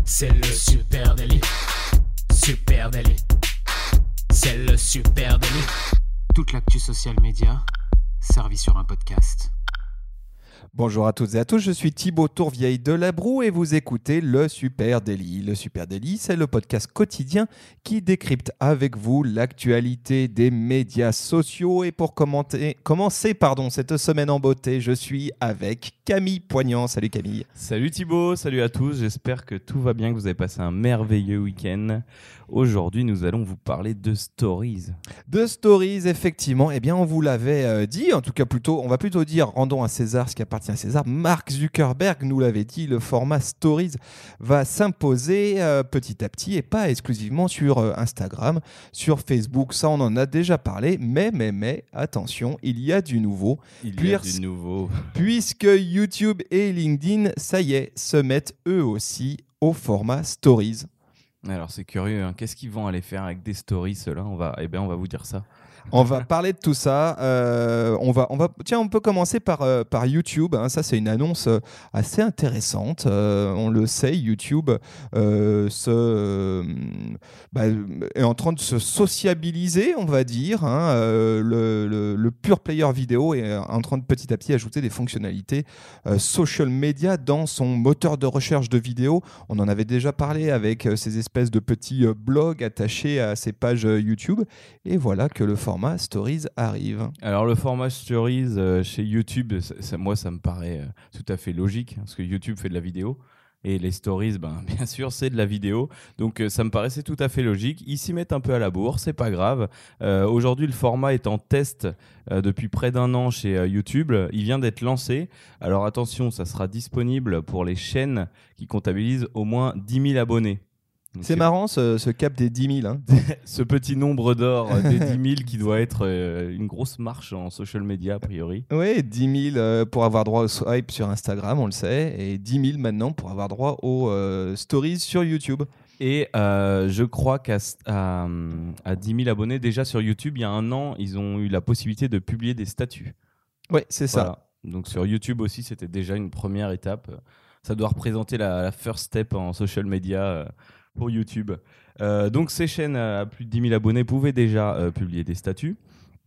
C'est le Super Daily. Super Daily. C'est le Super Daily. Toute l'actu social média servie sur un podcast. Bonjour à toutes et à tous, je suis Thibaut Tourvieille de La Broue et vous écoutez le Super Daily. Le Super Daily, c'est le podcast quotidien qui décrypte avec vous l'actualité des médias sociaux. Et pour commencer cette semaine en beauté, je suis avec Camille Poignant. Salut Camille. Salut Thibaut, salut à tous, j'espère que tout va bien, que vous avez passé un merveilleux week-end. Aujourd'hui, nous allons vous parler de stories. De stories, effectivement, eh bien on vous l'avait dit, en tout cas on va plutôt dire rendons à César ce qui appartient à César. Mark Zuckerberg nous l'avait dit, le format stories va s'imposer petit à petit et pas exclusivement sur Instagram, sur Facebook, ça on en a déjà parlé, mais attention, il y a du nouveau. Puisque YouTube et LinkedIn, ça y est, se mettent eux aussi au format stories. Alors c'est curieux, hein. Qu'est-ce qu'ils vont aller faire avec des stories ceux-là ? On va vous dire ça. On va parler de tout ça. On peut commencer par YouTube. Hein. Ça, c'est une annonce assez intéressante. On le sait, YouTube est en train de se sociabiliser, on va dire. Hein. Le pure player vidéo est en train de petit à petit ajouter des fonctionnalités social media dans son moteur de recherche de vidéos. On en avait déjà parlé avec ces espèces de petits blogs attachés à ces pages YouTube. Et voilà que le format Stories arrive. Alors le format Stories chez YouTube, moi ça me paraît tout à fait logique, parce que YouTube fait de la vidéo. Et les stories, bien sûr, c'est de la vidéo. Donc, ça me paraissait tout à fait logique. Ils s'y mettent un peu à la bourre, c'est pas grave. Aujourd'hui, le format est en test depuis près d'un an chez YouTube. Il vient d'être lancé. Alors, attention, ça sera disponible pour les chaînes qui comptabilisent au moins 10 000 abonnés. C'est marrant ce cap des 10 000. Hein. Ce petit nombre d'or des 10 000 qui doit être une grosse marche en social media a priori. Oui, 10 000 pour avoir droit au swipe sur Instagram, on le sait, et 10 000 maintenant pour avoir droit aux stories sur YouTube. Et je crois qu'à 10 000 abonnés déjà sur YouTube, il y a un an, ils ont eu la possibilité de publier des statuts. Oui, c'est voilà. ça. Donc sur YouTube aussi, c'était déjà une première étape. Ça doit représenter la first step en social media pour YouTube. Donc ces chaînes à plus de 10 000 abonnés pouvaient déjà publier des statuts.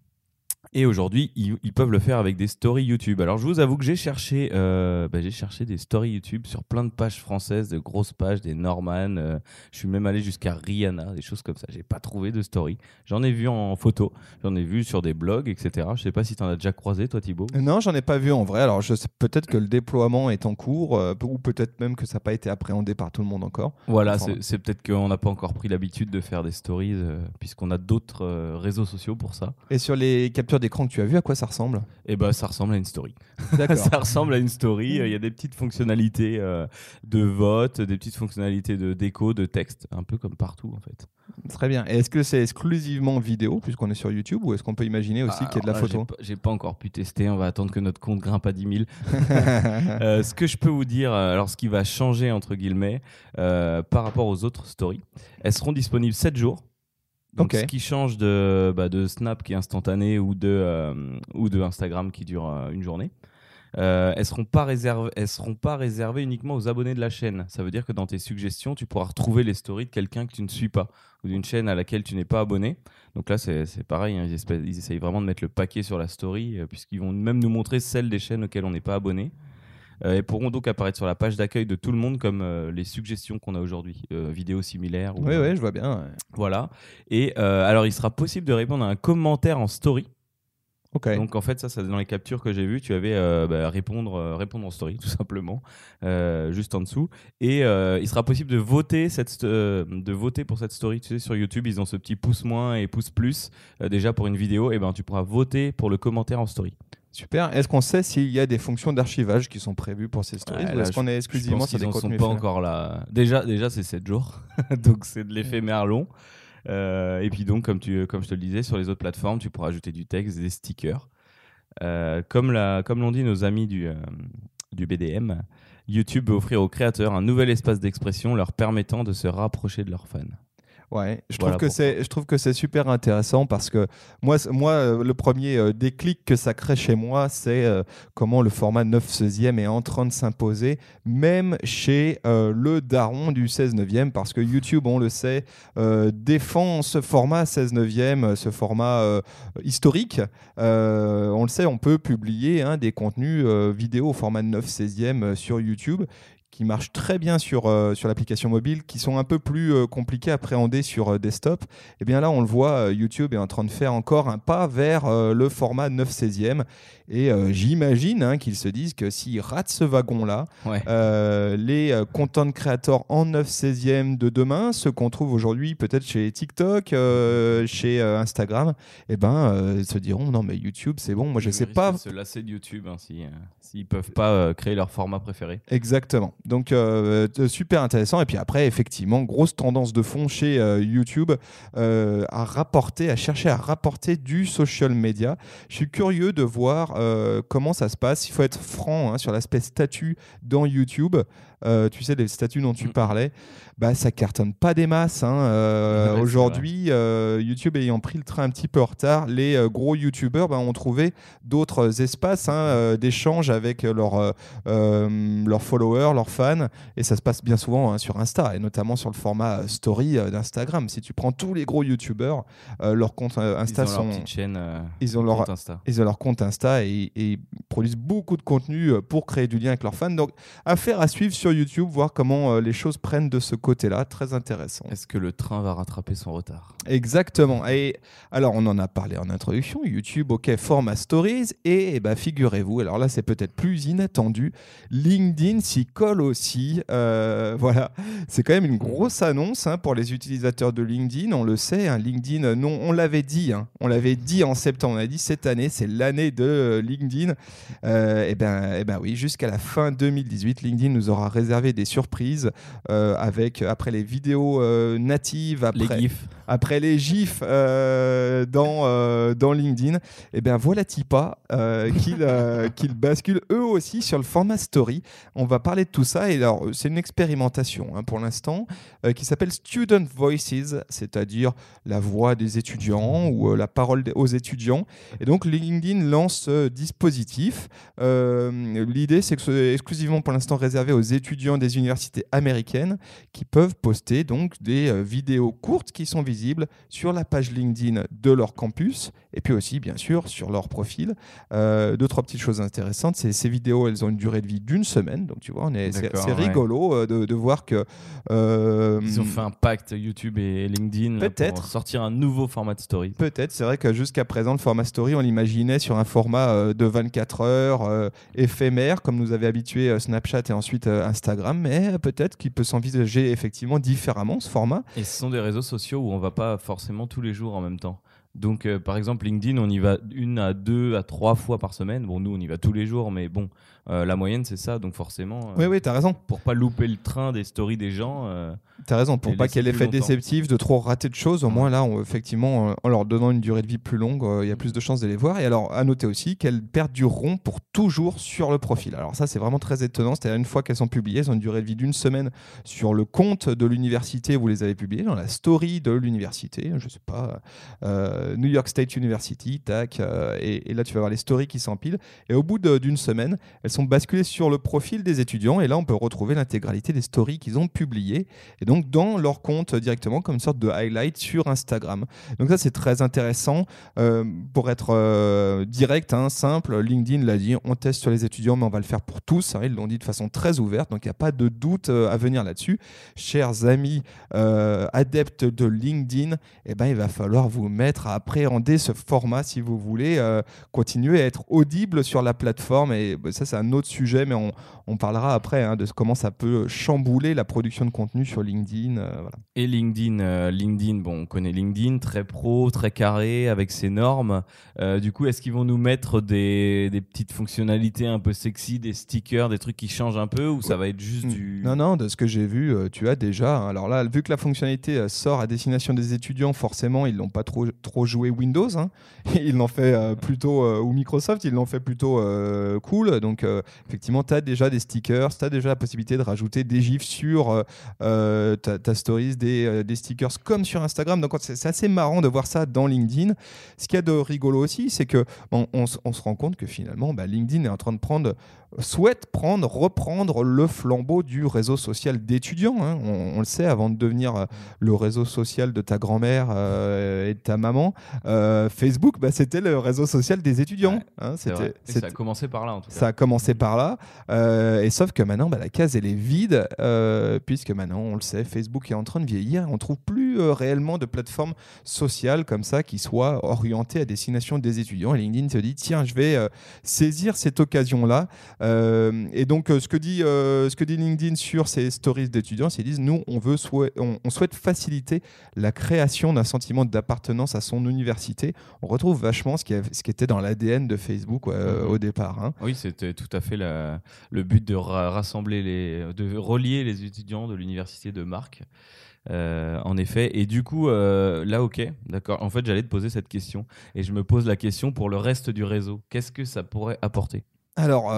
Et aujourd'hui, ils peuvent le faire avec des stories YouTube. Alors je vous avoue que j'ai cherché des stories YouTube sur plein de pages françaises, de grosses pages, des Norman. Je suis même allé jusqu'à Rihanna, des choses comme ça. J'ai pas trouvé de story. J'en ai vu en photo, j'en ai vu sur des blogs, etc. Je sais pas si tu en as déjà croisé, toi Thibaut. Non, j'en ai pas vu en vrai. Alors peut-être que le déploiement est en cours, ou peut-être même que ça n'a pas été appréhendé par tout le monde encore. Voilà, c'est peut-être qu'on n'a pas encore pris l'habitude de faire des stories, puisqu'on a d'autres réseaux sociaux pour ça. Et sur les captures d'écran que tu as vu, à quoi ça ressemble ? Eh ben, ça ressemble à une story. D'accord. Ça ressemble à une story. Il y a des petites fonctionnalités de vote, des petites fonctionnalités de déco, de texte, un peu comme partout en fait. Très bien. Et est-ce que c'est exclusivement vidéo puisqu'on est sur YouTube, ou est-ce qu'on peut imaginer aussi qu'il y a de la photo ? J'ai pas encore pu tester. On va attendre que notre compte grimpe à 10 000. Ce que je peux vous dire, alors ce qui va changer entre guillemets par rapport aux autres stories, elles seront disponibles 7 jours. Donc, ce qui change de Snap qui est instantané ou de Instagram qui dure une journée. Elles seront pas réservées uniquement aux abonnés de la chaîne. Ça veut dire que dans tes suggestions, tu pourras retrouver les stories de quelqu'un que tu ne suis pas ou d'une chaîne à laquelle tu n'es pas abonné. Donc là, c'est pareil. Hein, ils essayent vraiment de mettre le paquet sur la story puisqu'ils vont même nous montrer celles des chaînes auxquelles on n'est pas abonné. Et pourront donc apparaître sur la page d'accueil de tout le monde comme les suggestions qu'on a aujourd'hui, vidéos similaires. Oui, je vois bien. Ouais. Voilà. Et alors, il sera possible de répondre à un commentaire en story. Okay. Donc en fait, ça dans les captures que j'ai vues, tu avais répondre en story tout simplement, juste en dessous. Et il sera possible de voter pour cette story. Tu sais, sur YouTube, ils ont ce petit pouce moins et pouce plus déjà pour une vidéo. Et tu pourras voter pour le commentaire en story. Super. Est-ce qu'on sait s'il y a des fonctions d'archivage qui sont prévues pour ces stories, ou est-ce qu'on est exclusivement sur des contenus ? Ils ne sont pas encore là. Déjà, c'est 7 jours, donc c'est de l'éphémère long. Et puis donc, comme je te le disais, sur les autres plateformes, tu pourras ajouter du texte, des stickers. Comme l'ont dit nos amis du BDM, YouTube veut offrir aux créateurs un nouvel espace d'expression leur permettant de se rapprocher de leurs fans. Ouais, je Voilà trouve que c'est super intéressant parce que le premier déclic que ça crée chez moi, c'est comment le format 9/16e est en train de s'imposer, même chez le daron du 16/9e, parce que YouTube, on le sait, défend ce format 16/9e, ce format historique. On le sait, on peut publier des contenus vidéo au format 9/16e sur YouTube, qui marchent très bien sur l'application mobile, qui sont un peu plus compliqués à appréhender sur desktop. Et bien là, on le voit, YouTube est en train de faire encore un pas vers le format 9/16e. Et j'imagine qu'ils se disent que s'ils ratent ce wagon-là, Ouais. les content creators en 9/16e de demain, ceux qu'on trouve aujourd'hui peut-être chez TikTok, chez Instagram, se diront non mais YouTube c'est bon, moi je sais pas. Ils risquent de se lasser de YouTube s'ils peuvent pas créer leur format préféré. Exactement. Donc super intéressant. Et puis après, effectivement, grosse tendance de fond chez YouTube à chercher à rapporter du social media. Je suis curieux de voir comment ça se passe. Il faut être franc sur l'aspect statut dans YouTube. Tu sais, les statuts dont tu parlais, ça cartonne pas des masses. Ouais, aujourd'hui, YouTube ayant pris le train un petit peu en retard, les gros YouTubeurs ont trouvé d'autres espaces d'échange avec leurs followers, leurs fans. Et ça se passe bien souvent sur Insta, et notamment sur le format story d'Instagram. Si tu prends tous les gros YouTubeurs, leurs comptes Insta ils ont leur petite chaîne, ils ont leur compte Insta. Ils ont leur compte Insta et produisent beaucoup de contenu pour créer du lien avec leurs fans. Donc, affaire à suivre sur YouTube, voir comment les choses prennent de ce côté-là. Très intéressant. Est-ce que le train va rattraper son retard ? Exactement. Et alors, on en a parlé en introduction. YouTube, OK, format Stories. Et figurez-vous, alors là, c'est peut-être plus inattendu, LinkedIn s'y colle aussi. Voilà. C'est quand même une grosse annonce pour les utilisateurs de LinkedIn. On le sait, LinkedIn, non, on l'avait dit. On l'avait dit en septembre. On a dit cette année, c'est l'année de LinkedIn. Oui, jusqu'à la fin 2018, LinkedIn nous aura réservé des surprises après les vidéos natives, après les GIFs dans LinkedIn. Voilà-t-il pas qu'ils basculent eux aussi sur le format story. On va parler de tout ça. Et alors, c'est une expérimentation pour l'instant qui s'appelle Student Voices, c'est-à-dire la voix des étudiants ou la parole aux étudiants. Et donc, LinkedIn lance ce dispositif. L'idée, c'est que c'est exclusivement pour l'instant réservé aux étudiants des universités américaines qui peuvent poster donc des vidéos courtes qui sont visibles sur la page LinkedIn de leur campus et puis aussi, bien sûr, sur leur profil. Deux, trois petites choses intéressantes. Ces vidéos, elles ont une durée de vie d'1 semaine. Donc, tu vois, c'est rigolo de voir que... Ils ont fait un pacte, YouTube et LinkedIn, pour sortir un nouveau format de story. Peut-être. C'est vrai que jusqu'à présent, le format story, on l'imaginait sur un format de 24 heures, éphémère, comme nous avait habitué Snapchat et ensuite Instagram. Mais peut-être qu'il peut s'envisager effectivement différemment, ce format. Et ce sont des réseaux sociaux où on ne va pas forcément tous les jours en même temps. Donc, par exemple, LinkedIn, on y va 1 à 2 à 3 fois par semaine. Bon, nous, on y va tous les jours, mais bon, la moyenne, c'est ça. Donc, forcément, oui, t'as raison. Pour pas louper le train des stories des gens. T'as raison, pour pas qu'il y ait l'effet déceptif de trop rater de choses. Au moins, là, effectivement, en leur donnant une durée de vie plus longue, il y a plus de chances de les voir. Et alors, à noter aussi qu'elles perdureront pour toujours sur le profil. Alors ça, c'est vraiment très étonnant. C'est-à-dire, une fois qu'elles sont publiées, elles ont une durée de vie d'1 semaine sur le compte de l'université où vous les avez publiées, dans la story de l'université, je sais pas, New York State University, tac, et là, tu vas voir les stories qui s'empilent. Et au bout d'une semaine, elles sont basculées sur le profil des étudiants. Et là, on peut retrouver l'intégralité des stories qu'ils ont publiées. Et donc, dans leur compte directement, comme une sorte de highlight sur Instagram. Donc ça, c'est très intéressant. Pour être direct, simple, LinkedIn l'a dit, on teste sur les étudiants, mais on va le faire pour tous. Ils l'ont dit de façon très ouverte, donc il n'y a pas de doute à venir là-dessus. Chers amis adeptes de LinkedIn, il va falloir vous mettre à appréhender ce format si vous voulez continuer à être audible sur la plateforme. Et ça, c'est un autre sujet, mais on parlera après de comment ça peut chambouler la production de contenu sur LinkedIn. Voilà. Et LinkedIn, bon, on connaît LinkedIn, très pro, très carré, avec ses normes. Du coup, est-ce qu'ils vont nous mettre des petites fonctionnalités un peu sexy, des stickers, des trucs qui changent un peu, ou ça va être juste du... Non, de ce que j'ai vu, tu as déjà. Alors là, vu que la fonctionnalité sort à destination des étudiants, forcément, ils l'ont pas trop joué Windows. Ils l'ont fait plutôt, ou Microsoft, ils l'ont fait plutôt cool. Donc effectivement, tu as déjà des stickers, tu as déjà la possibilité de rajouter des gifs sur ta stories, des stickers comme sur Instagram. Donc c'est assez marrant de voir ça dans LinkedIn. Ce qu'il y a de rigolo aussi, c'est que on se rend compte que finalement, LinkedIn est en train de reprendre le flambeau du réseau social d'étudiants. Hein. On le sait, avant de devenir le réseau social de ta grand-mère et de ta maman, Facebook, c'était le réseau social des étudiants. Ouais, hein. ça a commencé par là, en tout cas. Ça a commencé par là. Et sauf que maintenant, la case, elle est vide, puisque maintenant, on le sait, Facebook est en train de vieillir. On ne trouve plus réellement de plateforme sociale comme ça qui soit orientée à destination des étudiants. Et LinkedIn se dit, tiens, je vais saisir cette occasion-là. Et donc, ce que dit LinkedIn sur ses stories d'étudiants, c'est qu'ils disent, nous, on souhaite faciliter la création d'un sentiment d'appartenance à son université. On retrouve vachement ce qui était dans l'ADN de Facebook au départ. Hein. Oui, c'était tout à fait le but de rassembler de relier les étudiants de l'université de Marc. En effet, et du coup, là, ok, d'accord. En fait, j'allais te poser cette question, et je me pose la question pour le reste du réseau. Qu'est-ce que ça pourrait apporter ? Alors,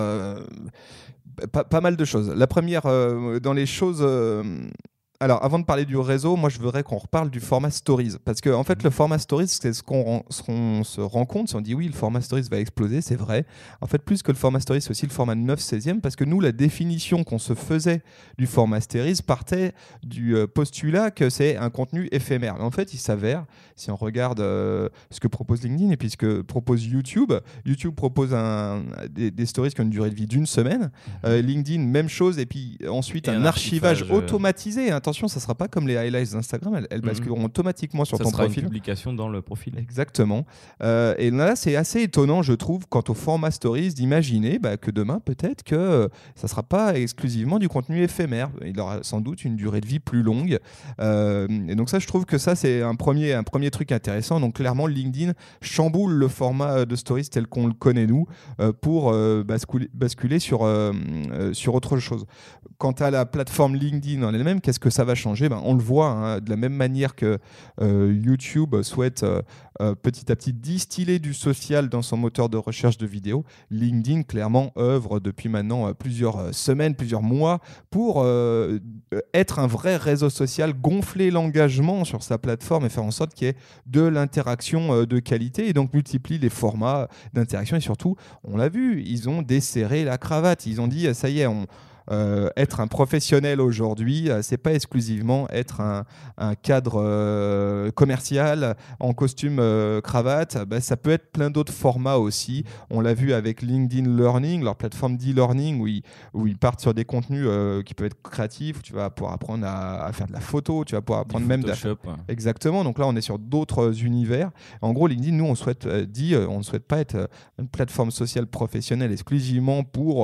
pas mal de choses. La première, dans les choses... Alors, avant de parler du réseau, moi, je voudrais qu'on reparle du format Stories. Parce que, en fait, le format Stories, c'est ce qu'on se rend compte. Si on dit oui, le format Stories va exploser, c'est vrai. En fait, plus que le format Stories, c'est aussi le format 9/16e. Parce que nous, la définition qu'on se faisait du format Stories partait du postulat que c'est un contenu éphémère. Mais en fait, il s'avère, si on regarde ce que propose LinkedIn et puis ce que propose YouTube, YouTube propose des stories qui ont une durée de vie d'1 semaine. LinkedIn, même chose. Et puis ensuite, un archivage automatisé. Attention, ça ne sera pas comme les highlights d'Instagram, elles basculeront automatiquement sur ton profil. Ça sera une publication dans le profil. Exactement. Et là, c'est assez étonnant, je trouve, quant au format Stories, d'imaginer que demain, peut-être que ça ne sera pas exclusivement du contenu éphémère. Il aura sans doute une durée de vie plus longue. Et donc ça, je trouve que ça, c'est un premier truc intéressant. Donc clairement, LinkedIn chamboule le format de Stories tel qu'on le connaît, nous, pour basculer sur autre chose. Quant à la plateforme LinkedIn en elle-même, qu'est-ce que ça va changer ? On le voit, hein, de la même manière que YouTube souhaite petit à petit distiller du social dans son moteur de recherche de vidéos. LinkedIn, clairement, œuvre depuis maintenant plusieurs semaines, plusieurs mois pour être un vrai réseau social, gonfler l'engagement sur sa plateforme et faire en sorte qu'il y ait de l'interaction de qualité et donc multiplie les formats d'interaction. Et surtout, on l'a vu, ils ont desserré la cravate. Ils ont dit, ça y est, être un professionnel aujourd'hui, c'est pas exclusivement être un cadre commercial en costume cravate, ça peut être plein d'autres formats aussi. On l'a vu avec LinkedIn Learning, leur plateforme d'e-learning où ils partent sur des contenus qui peuvent être créatifs, où tu vas pouvoir apprendre à faire de la photo, tu vas pouvoir apprendre même Photoshop. Exactement, donc là on est sur d'autres univers. En gros, LinkedIn, nous on ne souhaite pas être une plateforme sociale professionnelle exclusivement pour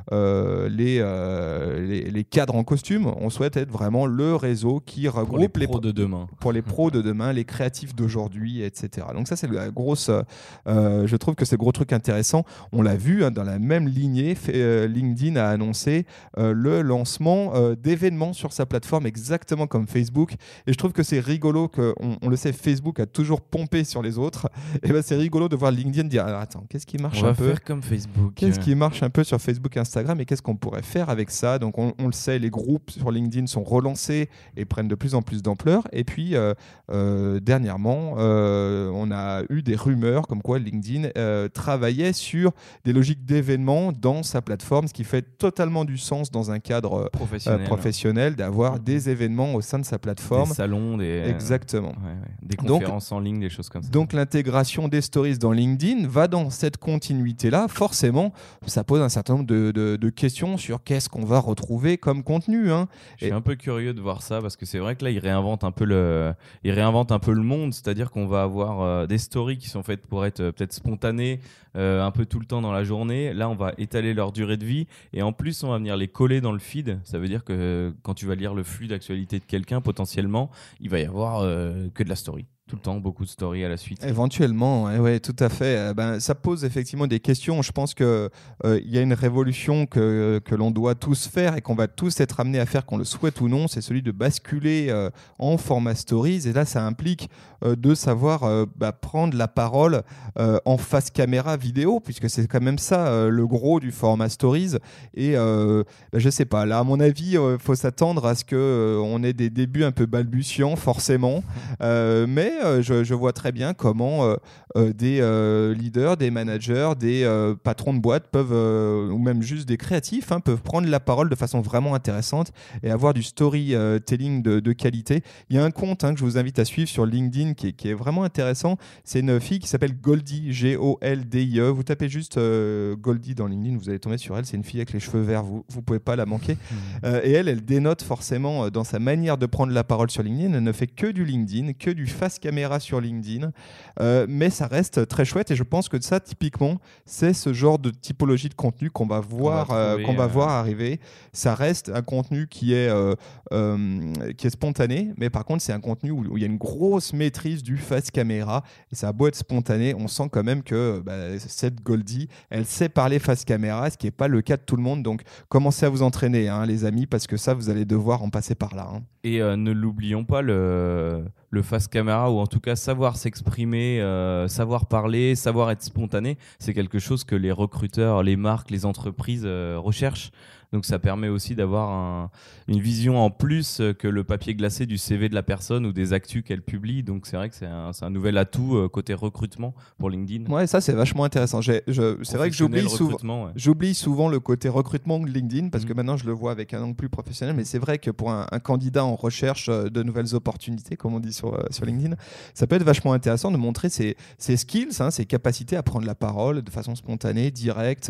les cadres en costume. On souhaite être vraiment le réseau qui regroupe les pros de demain. Pour les pros de demain, les créatifs d'aujourd'hui, etc. Donc ça, c'est la grosse... je trouve que c'est le gros truc intéressant. On l'a vu, hein, dans la même lignée, LinkedIn a annoncé le lancement d'événements sur sa plateforme, exactement comme Facebook. Et je trouve que c'est rigolo on le sait, Facebook a toujours pompé sur les autres. Et c'est rigolo de voir LinkedIn dire, alors attends, qu'est-ce qui marche un peu ? On va faire comme Facebook. Qu'est-ce qui marche un peu sur Facebook et Instagram et qu'est-ce qu'on pourrait faire avec ça ? Donc on le sait, les groupes sur LinkedIn sont relancés et prennent de plus en plus d'ampleur. Et puis dernièrement, on a eu des rumeurs comme quoi LinkedIn travaillait sur des logiques d'événements dans sa plateforme, ce qui fait totalement du sens dans un cadre professionnel d'avoir des événements au sein de sa plateforme. Des salons, Exactement. Des conférences en ligne, des choses comme ça. Donc l'intégration des stories dans LinkedIn va dans cette continuité-là. Forcément, ça pose un certain nombre de questions sur qu'est-ce qu'on va retrouver comme contenu. Hein. Je suis un peu curieux de voir ça parce que c'est vrai que là, ils réinventent un peu le monde, c'est-à-dire qu'on va avoir des stories qui sont faites pour être peut-être spontanées un peu tout le temps dans la journée. Là, on va étaler leur durée de vie et en plus, on va venir les coller dans le feed. Ça veut dire que quand tu vas lire le flux d'actualité de quelqu'un, potentiellement, il va y avoir que de la story. Tout le temps, beaucoup de stories à la suite. Éventuellement, ouais, tout à fait. Ça pose effectivement des questions. Je pense qu'il y a une révolution que l'on doit tous faire et qu'on va tous être amenés à faire, qu'on le souhaite ou non. C'est celui de basculer en format stories. Et là, ça implique de savoir prendre la parole en face caméra vidéo, puisque c'est quand même ça le gros du format stories. Et je sais pas, là, à mon avis, il faut s'attendre à ce qu'on ait des débuts un peu balbutiants, forcément. Mais je vois très bien comment des leaders, des managers, des patrons de boîtes peuvent, ou même juste des créatifs, peuvent prendre la parole de façon vraiment intéressante et avoir du storytelling de qualité. Il y a un compte que je vous invite à suivre sur LinkedIn qui est vraiment intéressant. C'est une fille qui s'appelle Goldie, Goldie. Vous tapez juste Goldie dans LinkedIn, vous allez tomber sur elle. C'est une fille avec les cheveux verts, vous ne pouvez pas la manquer. Et elle dénote forcément dans sa manière de prendre la parole sur LinkedIn. Elle ne fait que du LinkedIn, que du face caméra sur LinkedIn, mais ça reste très chouette et je pense que ça typiquement c'est ce genre de typologie de contenu qu'on va voir arriver. Ça reste un contenu qui est spontané, mais par contre c'est un contenu où il y a une grosse maîtrise du face caméra et ça a beau être spontané, on sent quand même que cette Goldie elle sait parler face caméra, ce qui n'est pas le cas de tout le monde, donc commencez à vous entraîner les amis, parce que ça vous allez devoir en passer par là. Et ne l'oublions pas, le face caméra, ou en tout cas savoir s'exprimer, savoir parler, savoir être spontané, c'est quelque chose que les recruteurs, les marques, les entreprises recherchent. Donc ça permet aussi d'avoir une vision en plus que le papier glacé du CV de la personne ou des actus qu'elle publie. Donc c'est vrai que c'est un nouvel atout côté recrutement pour LinkedIn. Ouais, ça c'est vachement intéressant. C'est vrai que j'oublie souvent le côté recrutement de LinkedIn, parce que maintenant je le vois avec un angle plus professionnel, mais c'est vrai que pour un candidat en recherche de nouvelles opportunités, comme on dit sur LinkedIn, ça peut être vachement intéressant de montrer ses skills, ses capacités à prendre la parole de façon spontanée, directe,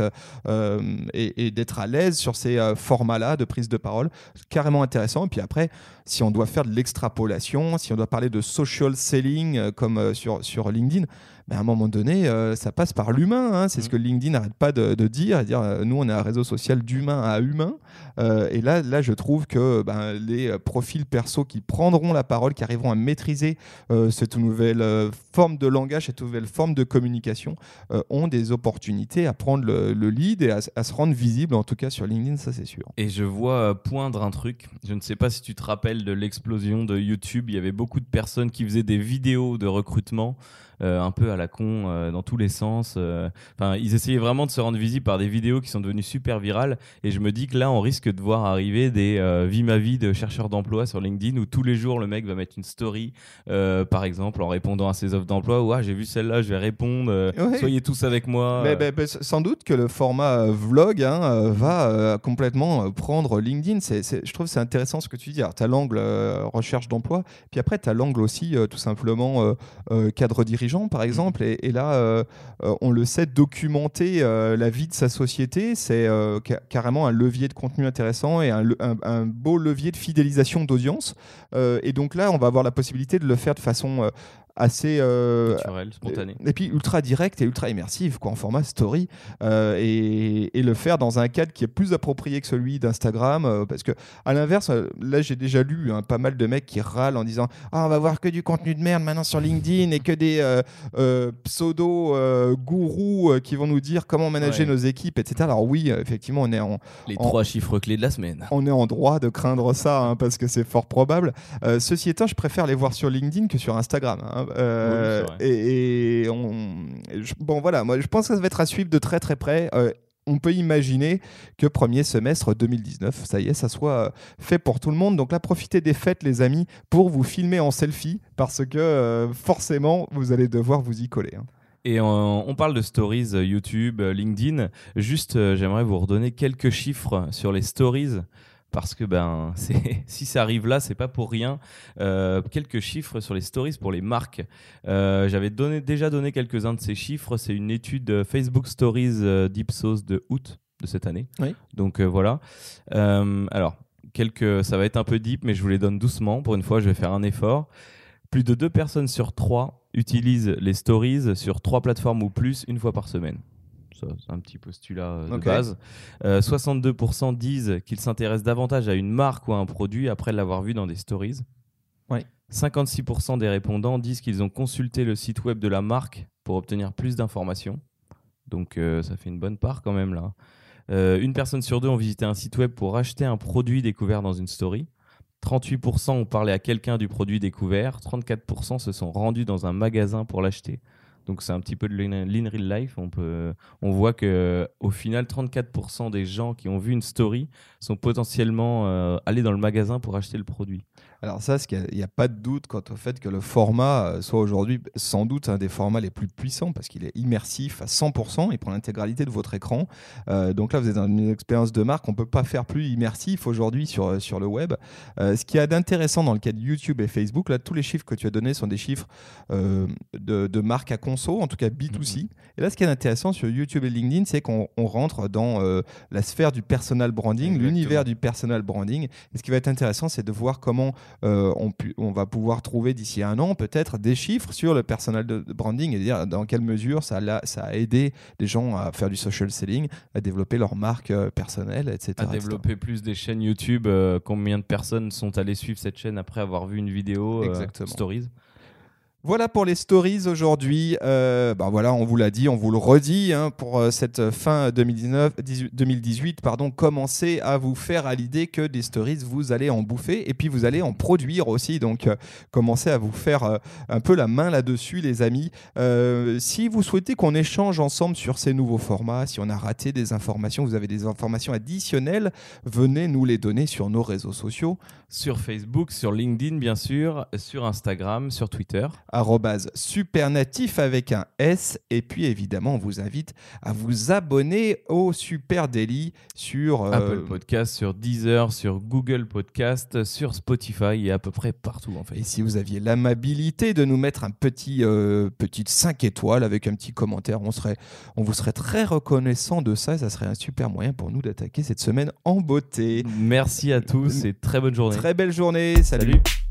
et d'être à l'aise sur ces formats-là de prise de parole. C'est carrément intéressant. Et puis après, si on doit faire de l'extrapolation, si on doit parler de social selling comme sur LinkedIn, à un moment donné, ça passe par l'humain. C'est ce que LinkedIn n'arrête pas de dire, et dire nous, on est un réseau social d'humain à humain. Et là, je trouve que les profils perso qui prendront la parole, qui arriveront à maîtriser cette nouvelle forme de langage, cette nouvelle forme de communication, ont des opportunités à prendre le lead et à se rendre visible, en tout cas sur LinkedIn, ça c'est sûr. Et je vois poindre un truc. Je ne sais pas si tu te rappelles de l'explosion de YouTube. Il y avait beaucoup de personnes qui faisaient des vidéos de recrutement. Un peu à la con dans tous les sens. Ils essayaient vraiment de se rendre visibles par des vidéos qui sont devenues super virales, et je me dis que là on risque de voir arriver des vie ma vie de chercheurs d'emploi sur LinkedIn, où tous les jours le mec va mettre une story par exemple en répondant à ses offres d'emploi, j'ai vu celle-là, je vais répondre, soyez tous avec moi. Sans doute que le format vlog va complètement prendre LinkedIn. Je trouve que c'est intéressant ce que tu dis. Tu as l'angle recherche d'emploi, puis après tu as l'angle aussi tout simplement cadre dirigeant par exemple, et là on le sait, documenter la vie de sa société, c'est carrément un levier de contenu intéressant et un beau levier de fidélisation d'audience, et donc là on va avoir la possibilité de le faire de façon assez naturel, spontané, et puis ultra direct et ultra immersif en format story, et le faire dans un cadre qui est plus approprié que celui d'Instagram, parce que à l'inverse, là j'ai déjà lu pas mal de mecs qui râlent en disant on va voir que du contenu de merde maintenant sur LinkedIn et que des pseudo gourous qui vont nous dire comment manager nos équipes, etc. Alors oui, effectivement, on est les 3 chiffres clés de la semaine. On est en droit de craindre ça, parce que c'est fort probable. Ceci étant, je préfère les voir sur LinkedIn que sur Instagram. Voilà, moi je pense que ça va être à suivre de très très près. On peut imaginer que premier semestre 2019, ça y est, ça soit fait pour tout le monde. Donc là, profitez des fêtes, les amis, pour vous filmer en selfie, parce que forcément, vous allez devoir vous y coller. Et on parle de stories YouTube, LinkedIn. Juste, j'aimerais vous redonner quelques chiffres sur les stories, parce que si ça arrive là, c'est pas pour rien. Quelques chiffres sur les stories pour les marques. J'avais déjà donné quelques-uns de ces chiffres. C'est une étude Facebook Stories d'Ipsos de août de cette année. Oui. Donc voilà. Alors, ça va être un peu deep, mais je vous les donne doucement. Pour une fois, je vais faire un effort. Plus de 2 personnes sur 3 utilisent les stories sur 3 plateformes ou plus une fois par semaine. Ça, c'est un petit postulat de base. 62% disent qu'ils s'intéressent davantage à une marque ou à un produit après l'avoir vu dans des stories. Ouais. 56% des répondants disent qu'ils ont consulté le site web de la marque pour obtenir plus d'informations. Donc ça fait une bonne part quand même là. Une personne sur deux ont visité un site web pour acheter un produit découvert dans une story. 38% ont parlé à quelqu'un du produit découvert. 34% se sont rendus dans un magasin pour l'acheter. Donc c'est un petit peu de l'in real life. On voit qu'au final, 34% des gens qui ont vu une story sont potentiellement allés dans le magasin pour acheter le produit. Alors ça, il n'y a pas de doute quant au fait que le format soit aujourd'hui sans doute un des formats les plus puissants parce qu'il est immersif à 100%, il prend l'intégralité de votre écran. Donc là, vous êtes dans une expérience de marque, on ne peut pas faire plus immersif aujourd'hui sur le web. Ce qu'il y a d'intéressant dans le cas de YouTube et Facebook, là, tous les chiffres que tu as donnés sont des chiffres de marque à conso, en tout cas B2C. Et là, ce qui est intéressant sur YouTube et LinkedIn, c'est qu'on rentre dans la sphère du personal branding, Exactement. l'univers du personal branding. Et ce qui va être intéressant, c'est de voir comment on va pouvoir trouver d'ici 1 an peut-être des chiffres sur le personal branding et dire dans quelle mesure ça a aidé les gens à faire du social selling, à développer leur marque personnelle, etc. À développer plus des chaînes YouTube. Combien de personnes sont allées suivre cette chaîne après avoir vu une vidéo Stories? Voilà pour les stories aujourd'hui. Voilà, on vous l'a dit, on vous le redit pour cette fin 2018. Commencez à vous faire à l'idée que des stories, vous allez en bouffer et puis vous allez en produire aussi. Donc, commencez à vous faire un peu la main là-dessus, les amis. Si vous souhaitez qu'on échange ensemble sur ces nouveaux formats, si on a raté des informations, vous avez des informations additionnelles, venez nous les donner sur nos réseaux sociaux. Sur Facebook, sur LinkedIn, bien sûr, sur Instagram, sur Twitter. @supernatif avec un S. Et puis évidemment, on vous invite à vous abonner au Super Daily sur Apple Podcast, sur Deezer, sur Google Podcast, sur Spotify et à peu près partout en fait. Et si vous aviez l'amabilité de nous mettre un petite 5 étoiles avec un petit commentaire, on vous serait très reconnaissant de ça. Ça serait un super moyen pour nous d'attaquer cette semaine en beauté. Merci à tous et très bonne journée. Très belle journée. Salut.